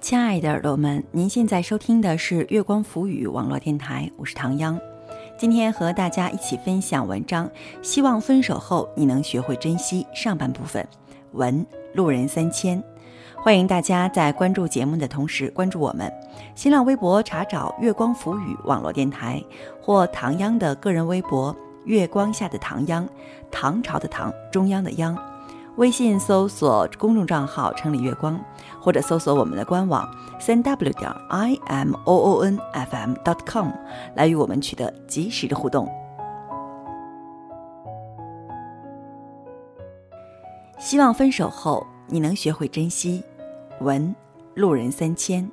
亲爱的耳朵们，您现在收听的是月光浮语网络电台，我是唐央。今天和大家一起分享文章，希望分手后你能学会珍惜上半部分，文路人3000。欢迎大家在关注节目的同时关注我们，新浪微博查找月光浮语网络电台，或唐央的个人微博月光下的唐央，唐朝的唐，中央的央。微信搜索公众账号城里月光，或者搜索我们的官网3w.imoonfm.com 来与我们取得及时的互动。希望分手后你能学会珍惜，文路人3000。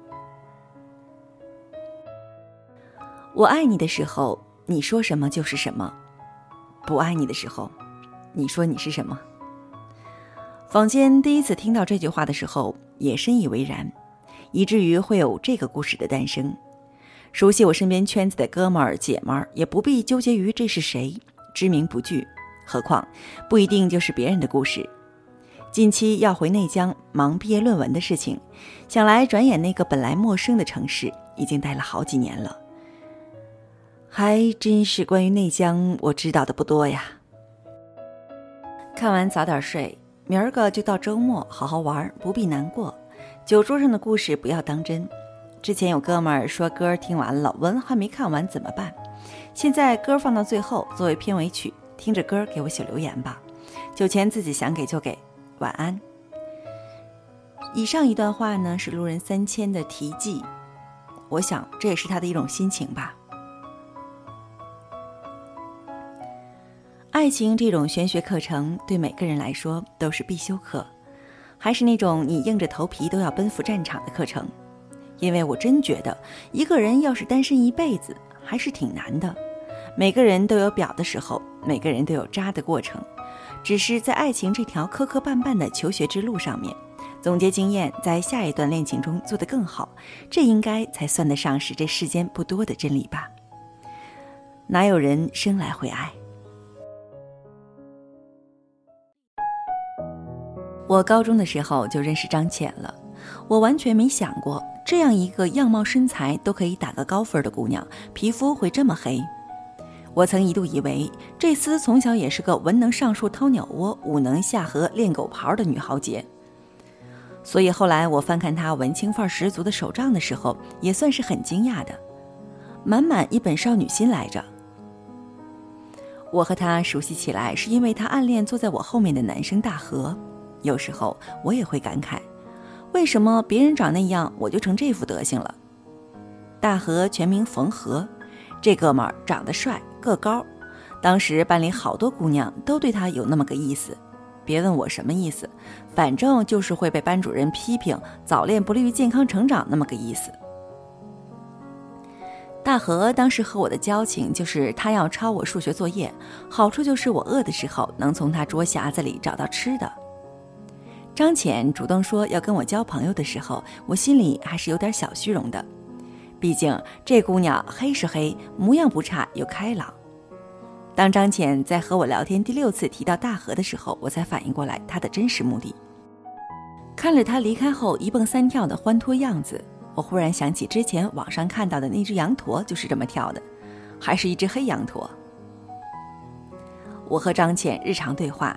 我爱你的时候，你说什么就是什么；不爱你的时候，你说你是什么。坊间第一次听到这句话的时候也深以为然，以至于会有这个故事的诞生。熟悉我身边圈子的哥们儿姐们儿也不必纠结于这是谁，知名不惧，何况不一定就是别人的故事。近期要回内江忙毕业论文的事情，想来转眼那个本来陌生的城市已经待了好几年了。还真是关于内江我知道的不多呀。看完早点睡，明儿个就到周末，好好玩，不必难过。酒桌上的故事不要当真。之前有哥们儿说歌听完了，文还没看完怎么办？现在歌放到最后作为片尾曲，听着歌给我写留言吧。酒钱自己想给就给，晚安。以上一段话呢，是路人3000的题记，我想这也是他的一种心情吧。爱情这种玄学课程对每个人来说都是必修课，还是那种你硬着头皮都要奔赴战场的课程。因为我真觉得一个人要是单身一辈子还是挺难的。每个人都有表的时候，每个人都有渣的过程，只是在爱情这条磕磕绊绊的求学之路上面，总结经验，在下一段恋情中做得更好，这应该才算得上是这世间不多的真理吧。哪有人生来会爱？我高中的时候就认识张浅了，我完全没想过这样一个样貌身材都可以打个高分的姑娘，皮肤会这么黑。我曾一度以为这厮从小也是个文能上树掏鸟窝，武能下河练狗刨的女豪杰，所以后来我翻看她文青范十足的手账的时候，也算是很惊讶的，满满一本少女心来着。我和她熟悉起来是因为她暗恋坐在我后面的男生大河。有时候我也会感慨，为什么别人长那样我就成这副德行了。大河全名冯和，这哥们儿长得帅个高，当时班里好多姑娘都对他有那么个意思，别问我什么意思，反正就是会被班主任批评早恋不利于健康成长那么个意思。大河当时和我的交情就是他要抄我数学作业，好处就是我饿的时候能从他桌匣子里找到吃的。张浅主动说要跟我交朋友的时候，我心里还是有点小虚荣的，毕竟这姑娘黑是黑，模样不差又开朗。当张浅在和我聊天第6次提到大河的时候，我才反应过来他的真实目的。看着他离开后一蹦三跳的欢脱样子，我忽然想起之前网上看到的那只羊驼就是这么跳的，还是一只黑羊驼。我和张浅日常对话：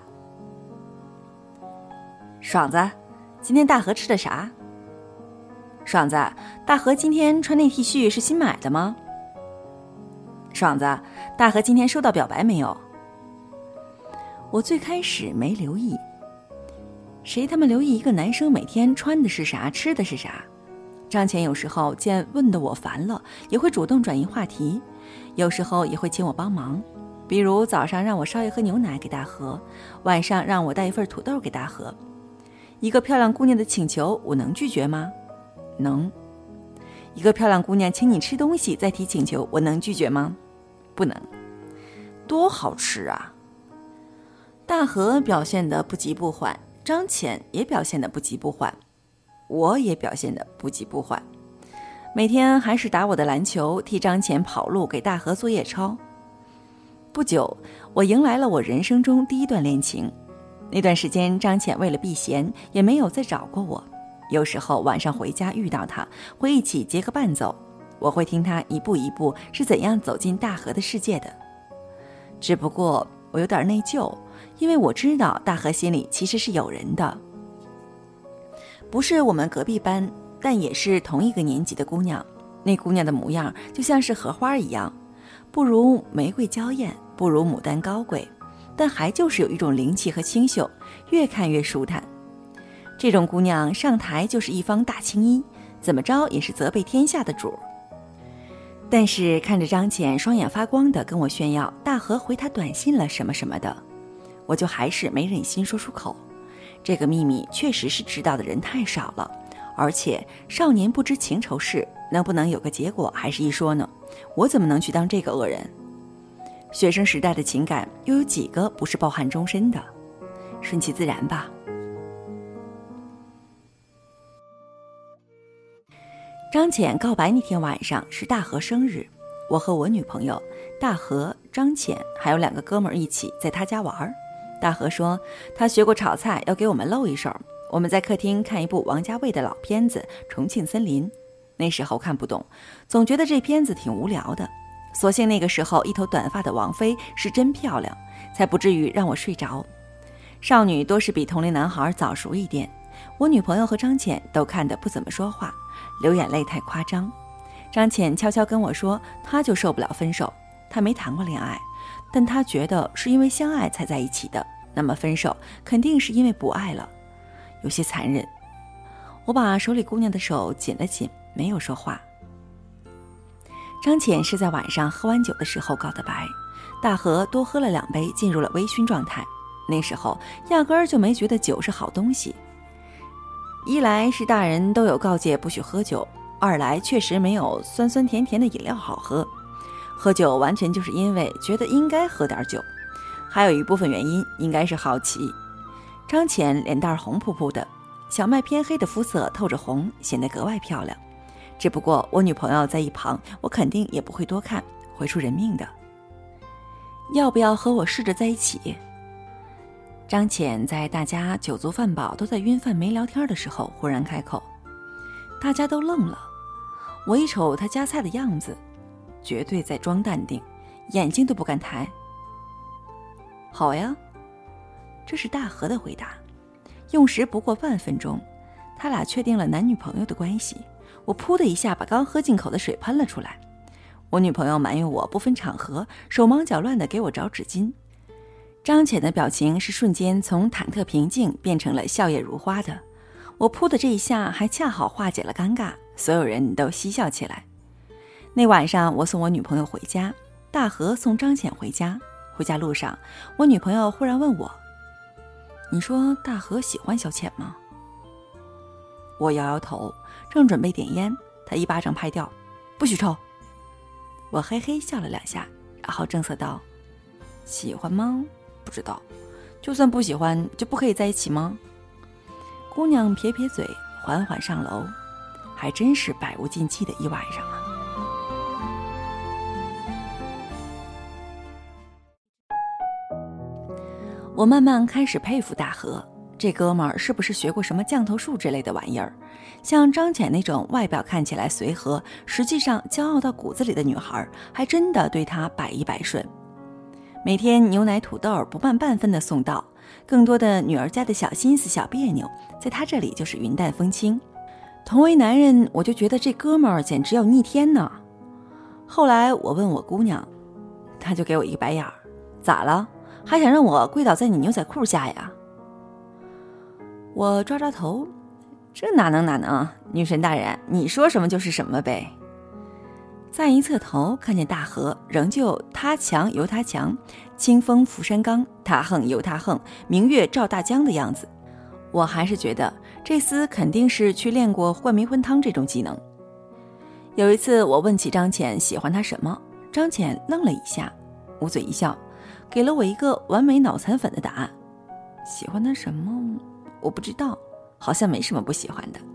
爽子，今天大河吃的啥？爽子，大河今天穿那 T 恤是新买的吗？爽子，大河今天收到表白没有？我最开始没留意，谁他妈留意一个男生每天穿的是啥，吃的是啥？张浅有时候见问得我烦了，也会主动转移话题，有时候也会请我帮忙，比如早上让我烧一盒牛奶给大河，晚上让我带一份土豆给大河。一个漂亮姑娘的请求，我能拒绝吗？能。一个漂亮姑娘请你吃东西再提请求，我能拒绝吗？不能。多好吃啊！大河表现得不急不缓，张浅也表现得不急不缓，我也表现得不急不缓。每天还是打我的篮球，替张浅跑路，给大河作业抄。不久，我迎来了我人生中第一段恋情。那段时间，张浅为了避嫌，也没有再找过我。 有时候晚上回家遇到他，会一起结个伴走，我会听他一步一步是怎样走进大河的世界的。只不过我有点内疚，因为我知道大河心里其实是有人的，不是我们隔壁班，但也是同一个年级的姑娘。那姑娘的模样就像是荷花一样，不如玫瑰娇艳，不如牡丹高贵，但还就是有一种灵气和清秀，越看越舒坦。这种姑娘上台就是一方大青衣，怎么着也是责备天下的主。但是看着张浅双眼发光的跟我炫耀大河回他短信了什么什么的，我就还是没忍心说出口。这个秘密确实是知道的人太少了，而且少年不知情仇事，能不能有个结果还是一说呢，我怎么能去当这个恶人？学生时代的情感又有几个不是抱憾终身的？顺其自然吧。张浅告白那天晚上是大河生日，我和我女朋友大河、张浅还有2个哥们儿一起在他家玩。大河说他学过炒菜，要给我们露一手。我们在客厅看一部王家卫的老片子《重庆森林》，那时候看不懂，总觉得这片子挺无聊的，所幸那个时候一头短发的王菲是真漂亮，才不至于让我睡着。少女多是比同龄男孩早熟一点，我女朋友和张浅都看得不怎么说话，流眼泪太夸张。张浅悄悄跟我说，她就受不了分手，她没谈过恋爱，但她觉得是因为相爱才在一起的，那么分手肯定是因为不爱了，有些残忍。我把手里姑娘的手紧了紧，没有说话。张浅是在晚上喝完酒的时候告的白，大河多喝了2杯，进入了微醺状态。那时候压根儿就没觉得酒是好东西，一来是大人都有告诫不许喝酒，二来确实没有酸酸甜甜的饮料好喝。喝酒完全就是因为觉得应该喝点酒，还有一部分原因应该是好奇。张浅脸蛋红扑扑的，小麦偏黑的肤色透着红，显得格外漂亮。只不过我女朋友在一旁，我肯定也不会多看，会出人命的。要不要和我试着在一起？张浅在大家酒足饭饱都在晕饭没聊天的时候忽然开口，大家都愣了。我一瞅他夹菜的样子，绝对在装淡定，眼睛都不敢抬。好呀，这是大河的回答。用时不过半分钟，他俩确定了男女朋友的关系。我噗的一下把刚喝进口的水喷了出来。我女朋友埋怨我不分场合，手忙脚乱地给我找纸巾。张浅的表情是瞬间从忐忑平静变成了笑靥如花的。我噗的这一下还恰好化解了尴尬，所有人都嬉笑起来。那晚上我送我女朋友回家，大河送张浅回家。回家路上，我女朋友忽然问我，你说大河喜欢小浅吗？我摇摇头，正准备点烟，他一巴掌拍掉，不许抽。我嘿嘿笑了2下，然后正色道，喜欢吗？不知道，就算不喜欢就不可以在一起吗？姑娘撇撇嘴，缓缓上楼。还真是百无禁忌的一晚上啊。我慢慢开始佩服大河，这哥们儿是不是学过什么降头术之类的玩意儿？像张浅那种外表看起来随和，实际上骄傲到骨子里的女孩，还真的对他百依百顺。每天牛奶土豆不慢半分的送到，更多的女儿家的小心思小别扭，在他这里就是云淡风轻。同为男人，我就觉得这哥们儿简直要逆天呢。后来我问我姑娘，她就给我一个白眼儿，咋了？还想让我跪倒在你牛仔裤下呀？我抓抓头，这哪能，女神大人，你说什么就是什么呗。再一侧头，看见大河仍旧他强由他强，清风拂山岗，他横由他横，明月照大江的样子，我还是觉得这厮肯定是去练过灌迷魂汤这种技能。有一次我问起张浅喜欢他什么，张浅愣了一下，捂嘴一笑，给了我一个完美脑残粉的答案，喜欢他什么我不知道，好像没什么不喜欢的。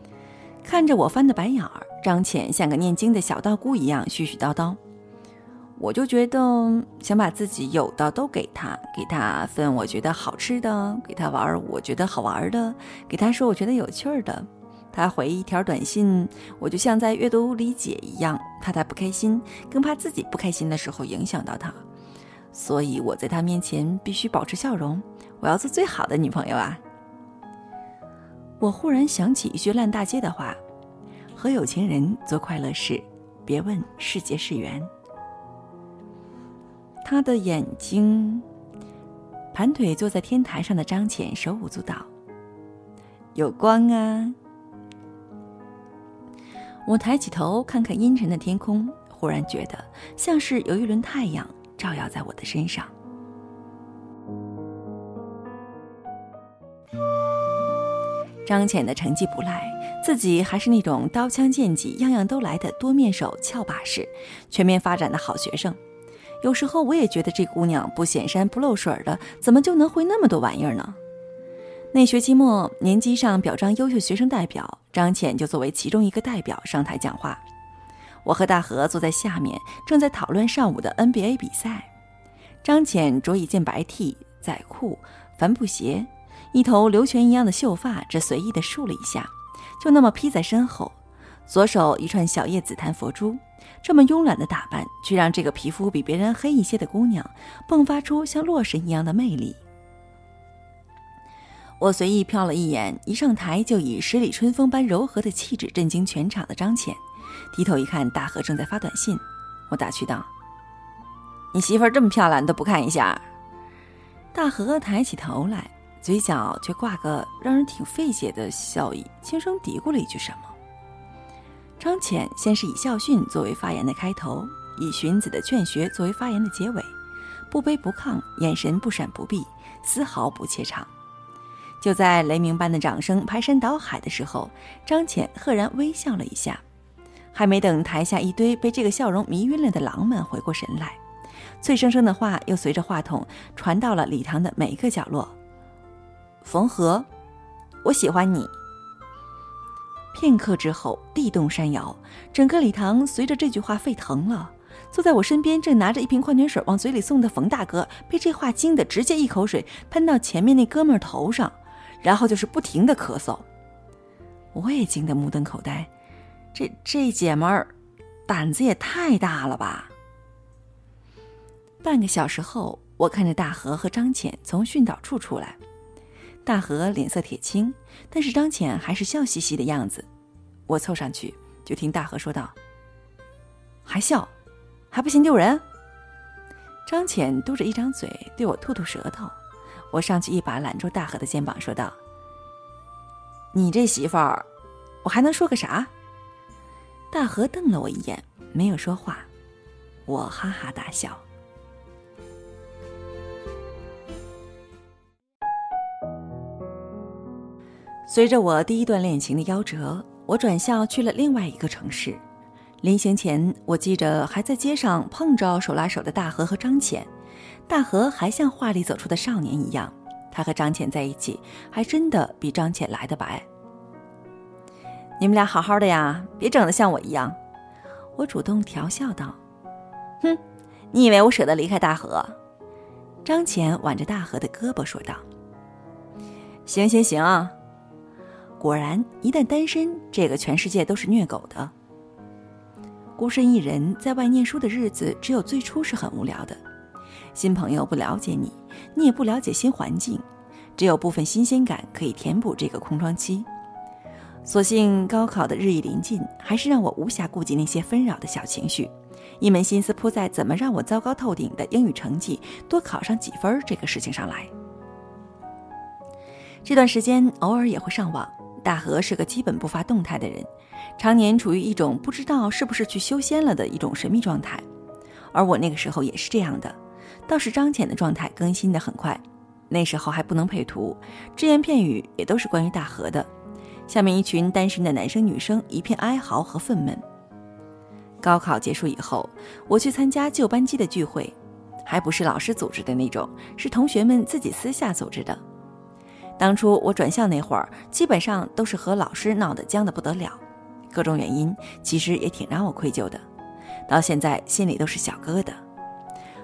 看着我翻的白眼儿，张浅像个念经的小道姑一样絮絮叨叨， 我就觉得想把自己有的都给他分我觉得好吃的，给他玩我觉得好玩的，给他说我觉得有趣的。他回一条短信，我就像在阅读理解一样，怕他不开心，更怕自己不开心的时候影响到他。所以我在他面前必须保持笑容，我要做最好的女朋友啊。我忽然想起一句烂大街的话，和有情人做快乐事，别问是劫是缘。他的眼睛，盘腿坐在天台上的张浅手舞足蹈，有光啊。我抬起头看看阴沉的天空，忽然觉得像是有一轮太阳照耀在我的身上。张浅的成绩不赖，自己还是那种刀枪剑戟样样都来的多面手翘把式，全面发展的好学生。有时候我也觉得这姑娘不显山不露水的，怎么就能会那么多玩意儿呢？那学期末年级上表彰优秀学生代表，张浅就作为其中一个代表上台讲话。我和大河坐在下面，正在讨论上午的 NBA 比赛。张浅着一件白 T 仔裤帆布鞋，一头流泉一样的秀发只随意地梳了一下，就那么披在身后，左手一串小叶紫檀佛珠。这么慵懒的打扮，却让这个皮肤比别人黑一些的姑娘迸发出像洛神一样的魅力。我随意瞟了一眼，一上台就以十里春风般柔和的气质震惊全场的张浅，低头一看，大河正在发短信。我打趣道：“你媳妇儿这么漂亮，你都不看一下？”大河抬起头来，嘴角却挂个让人挺费解的笑意，轻声嘀咕了一句什么。张浅先是以校训作为发言的开头，以荀子的劝学作为发言的结尾，不卑不亢，眼神不闪不避，丝毫不怯场。就在雷鸣般的掌声排山倒海的时候，张浅赫然微笑了一下。还没等台下一堆被这个笑容迷晕了的狼们回过神来，脆生生的话又随着话筒传到了礼堂的每一个角落：“冯和，我喜欢你。”片刻之后，地动山摇，整个礼堂随着这句话沸腾了。坐在我身边正拿着一瓶矿泉水往嘴里送的冯大哥，被这话惊得直接一口水喷到前面那哥们儿头上，然后就是不停的咳嗽。我也惊得目瞪口呆，这姐们儿胆子也太大了吧。半个小时后，我看着大河和张浅从训导处出来。大河脸色铁青，但是张浅还是笑嘻嘻的样子。我凑上去，就听大河说道：“还笑，还不嫌丢人？”张浅嘟着一张嘴对我吐吐舌头。我上去一把揽住大河的肩膀说道：“你这媳妇儿，我还能说个啥？”大河瞪了我一眼，没有说话。我哈哈大笑。随着我第一段恋情的夭折，我转校去了另外一个城市。临行前，我记着还在街上碰着手拉手的大河和张浅。大河还像画里走出的少年一样，他和张浅在一起，还真的比张浅来得白。“你们俩好好的呀，别整得像我一样。”我主动调笑道。“哼，你以为我舍得离开大河？”张浅挽着大河的胳膊说道。“行行行。”果然，一旦单身，这个全世界都是虐狗的。孤身一人在外念书的日子，只有最初是很无聊的。新朋友不了解你，你也不了解新环境，只有部分新鲜感可以填补这个空窗期。所幸高考的日益临近，还是让我无暇顾及那些纷扰的小情绪，一门心思扑在怎么让我糟糕透顶的英语成绩多考上几分这个事情上来。这段时间偶尔也会上网。大河是个基本不发动态的人，常年处于一种不知道是不是去修仙了的一种神秘状态，而我那个时候也是这样的。倒是张浅的状态更新得很快，那时候还不能配图，只言片语也都是关于大河的。下面一群单身的男生女生一片哀嚎和愤懑。高考结束以后，我去参加旧班级的聚会，还不是老师组织的那种，是同学们自己私下组织的。当初我转校那会儿，基本上都是和老师闹得僵得不得了，各种原因其实也挺让我愧疚的，到现在心里都是小疙瘩。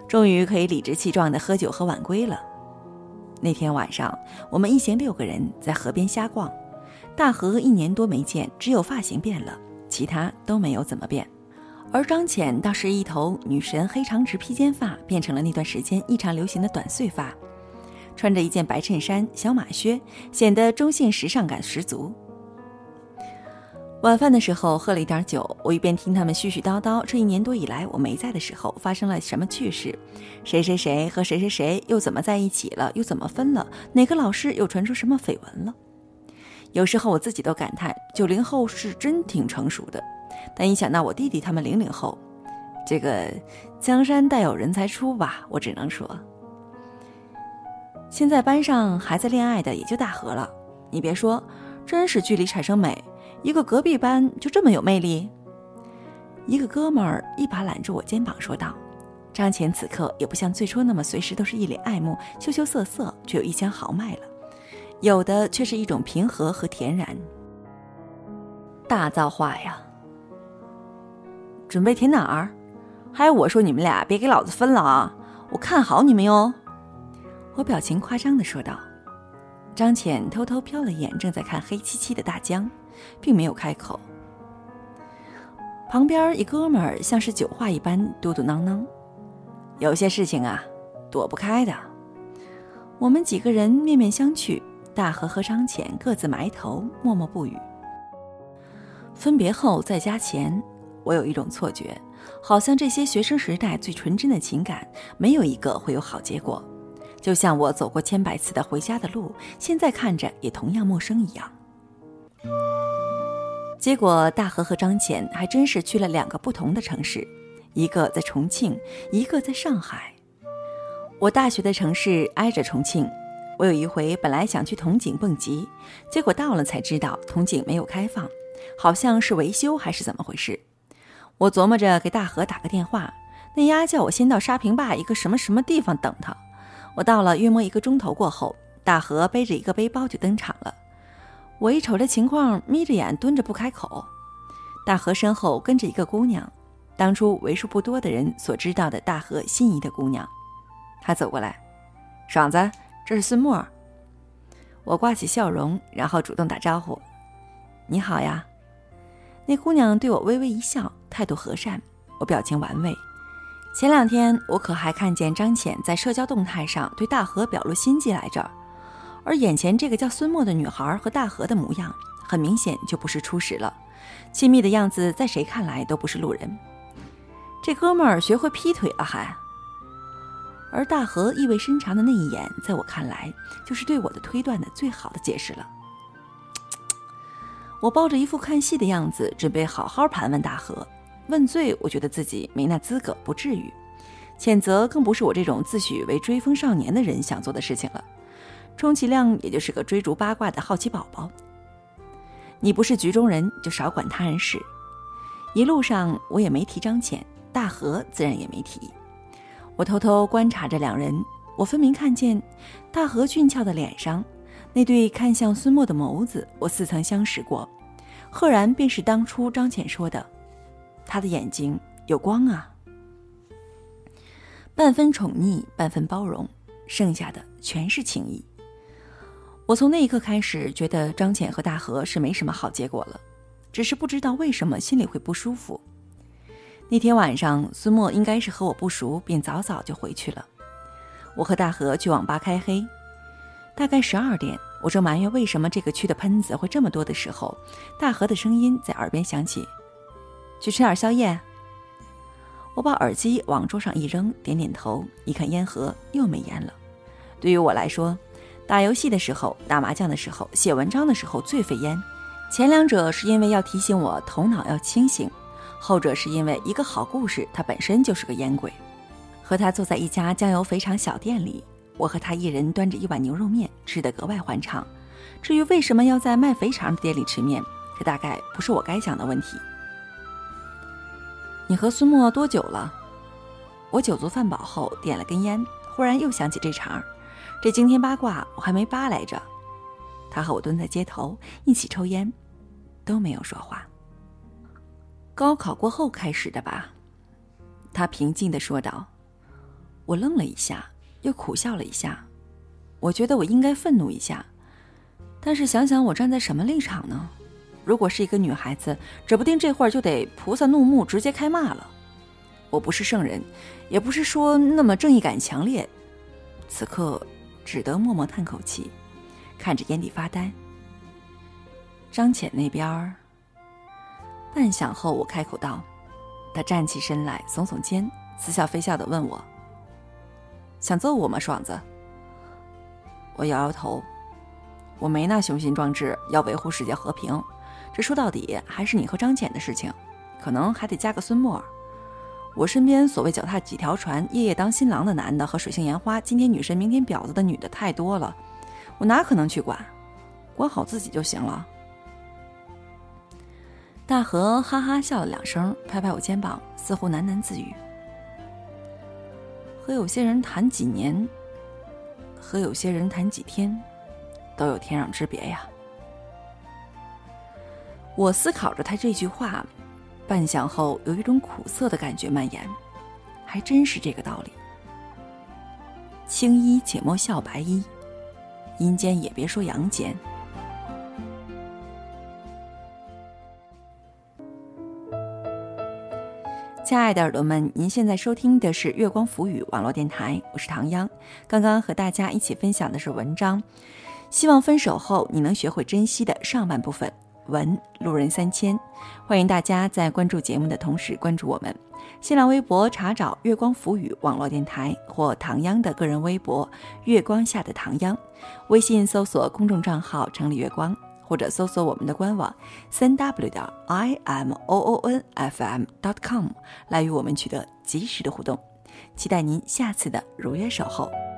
终于可以理直气壮地喝酒喝晚归了。那天晚上，我们一行6个人在河边瞎逛。大河1年多没见，只有发型变了，其他都没有怎么变。而张浅倒是一头女神黑长直披肩发，变成了那段时间异常流行的短碎发，穿着一件白衬衫、小马靴，显得中性时尚感十足。晚饭的时候喝了一点酒，我一边听他们絮絮叨叨这1年多以来我没在的时候发生了什么趣事，谁谁谁和谁谁谁又怎么在一起了，又怎么分了，哪个老师又传出什么绯闻了。有时候我自己都感叹90后是真挺成熟的，但一想到我弟弟他们00后，这个江山代有人才出吧，我只能说。现在班上还在恋爱的也就大河了，你别说，真是距离产生美，一个隔壁班就这么有魅力。一个哥们儿一把揽住我肩膀说道，张浅此刻也不像最初那么随时都是一脸爱慕，羞羞涩涩，却有一腔豪迈了，有的却是一种平和和恬然。大造化呀！准备填哪儿？还有我说你们俩别给老子分了啊！我看好你们哟！我表情夸张地说道。张浅偷偷瞟了眼正在看黑漆漆的大江，并没有开口。旁边一哥们儿像是酒话一般嘟嘟囔囔，有些事情啊，躲不开的。我们几个人面面相觑，大河和张浅各自埋头，默默不语。分别后在家前，我有一种错觉，好像这些学生时代最纯真的情感，没有一个会有好结果。就像我走过千百次的回家的路，现在看着也同样陌生一样。结果大河和张浅还真是去了2个不同的城市，一个在重庆，一个在上海。我大学的城市挨着重庆，我有一回本来想去铜井蹦极，结果到了才知道铜井没有开放，好像是维修还是怎么回事。我琢磨着给大河打个电话，那丫叫我先到沙坪坝一个什么什么地方等他。我到了约莫1个钟头过后，大河背着一个背包就登场了。我一瞅这情况，眯着眼蹲着不开口。大河身后跟着一个姑娘，当初为数不多的人所知道的大河心仪的姑娘。她走过来，爽子，这是孙墨。我挂起笑容，然后主动打招呼，你好呀。那姑娘对我微微一笑，态度和善，我表情玩味。前2天我可还看见张浅在社交动态上对大河表露心迹来着，而眼前这个叫孙墨的女孩和大河的模样，很明显就不是初识了，亲密的样子在谁看来都不是路人。这哥们儿学会劈腿了还？而大河意味深长的那一眼，在我看来就是对我的推断的最好的解释了。我抱着一副看戏的样子，准备好好盘问大河。问罪，我觉得自己没那资格，不至于；谴责更不是我这种自诩为追风少年的人想做的事情了。充其量也就是个追逐八卦的好奇宝宝。你不是局中人，就少管他人事。一路上我也没提张浅，大河自然也没提。我偷偷观察着2人，我分明看见大河俊俏的脸上那对看向孙墨的眸子，我似曾相识过，赫然便是当初张浅说的，他的眼睛有光啊。半分宠溺，半分包容，剩下的全是情谊。我从那一刻开始觉得张浅和大河是没什么好结果了，只是不知道为什么心里会不舒服。那天晚上孙墨应该是和我不熟，便早早就回去了。我和大河去网吧开黑，大概12点，我正埋怨为什么这个区的喷子会这么多的时候，大河的声音在耳边响起，去吃点宵夜。我把耳机往桌上一扔，点点头，一看烟盒又没烟了。对于我来说，打游戏的时候、打麻将的时候、写文章的时候最费烟。前2者是因为要提醒我头脑要清醒，后者是因为一个好故事它本身就是个烟鬼。和他坐在一家酱油肥肠小店里，我和他一人端着一碗牛肉面，吃得格外欢畅。至于为什么要在卖肥肠的店里吃面，这大概不是我该想的问题。你和孙墨多久了？我酒足饭饱后点了根烟，忽然又想起这茬，这惊天八卦我还没扒来着。他和我蹲在街头一起抽烟，都没有说话。高考过后开始的吧？他平静地说道。 我愣了一下，又苦笑了一下。我觉得我应该愤怒一下，但是想想我站在什么立场呢？如果是一个女孩子，指不定这会儿就得菩萨怒目，直接开骂了。我不是圣人，也不是说那么正义感强烈，此刻只得默默叹口气，看着烟蒂发呆。张浅那边，半晌后我开口道，他站起身来，耸耸肩，似笑非笑地问我：想揍我吗，爽子？我摇摇头，我没那雄心壮志要维护世界和平，这说到底还是你和张浅的事情，可能还得加个孙墨。我身边所谓脚踏几条船夜夜当新郎的男的和水性杨花今天女神明天婊子的女的太多了，我哪可能去管好自己就行了。大河哈哈笑了两声，拍拍我肩膀，似乎喃喃自语：和有些人谈几年，和有些人谈几天，都有天壤之别呀。我思考着他这句话，半晌后有一种苦涩的感觉蔓延，还真是这个道理。青衣且莫笑白衣，阴间也别说阳间。亲爱的耳朵们，您现在收听的是月光浮语网络电台，我是唐央。刚刚和大家一起分享的是文章，希望分手后你能学会珍惜的上半部分，文路人3000。欢迎大家在关注节目的同时关注我们。新浪微博查找月光浮语网络电台或唐央的个人微博月光下的唐央，微信搜索公众账号城里月光，或者搜索我们的官网3w.imoonfm.com 来与我们取得及时的互动。期待您下次的如约守候。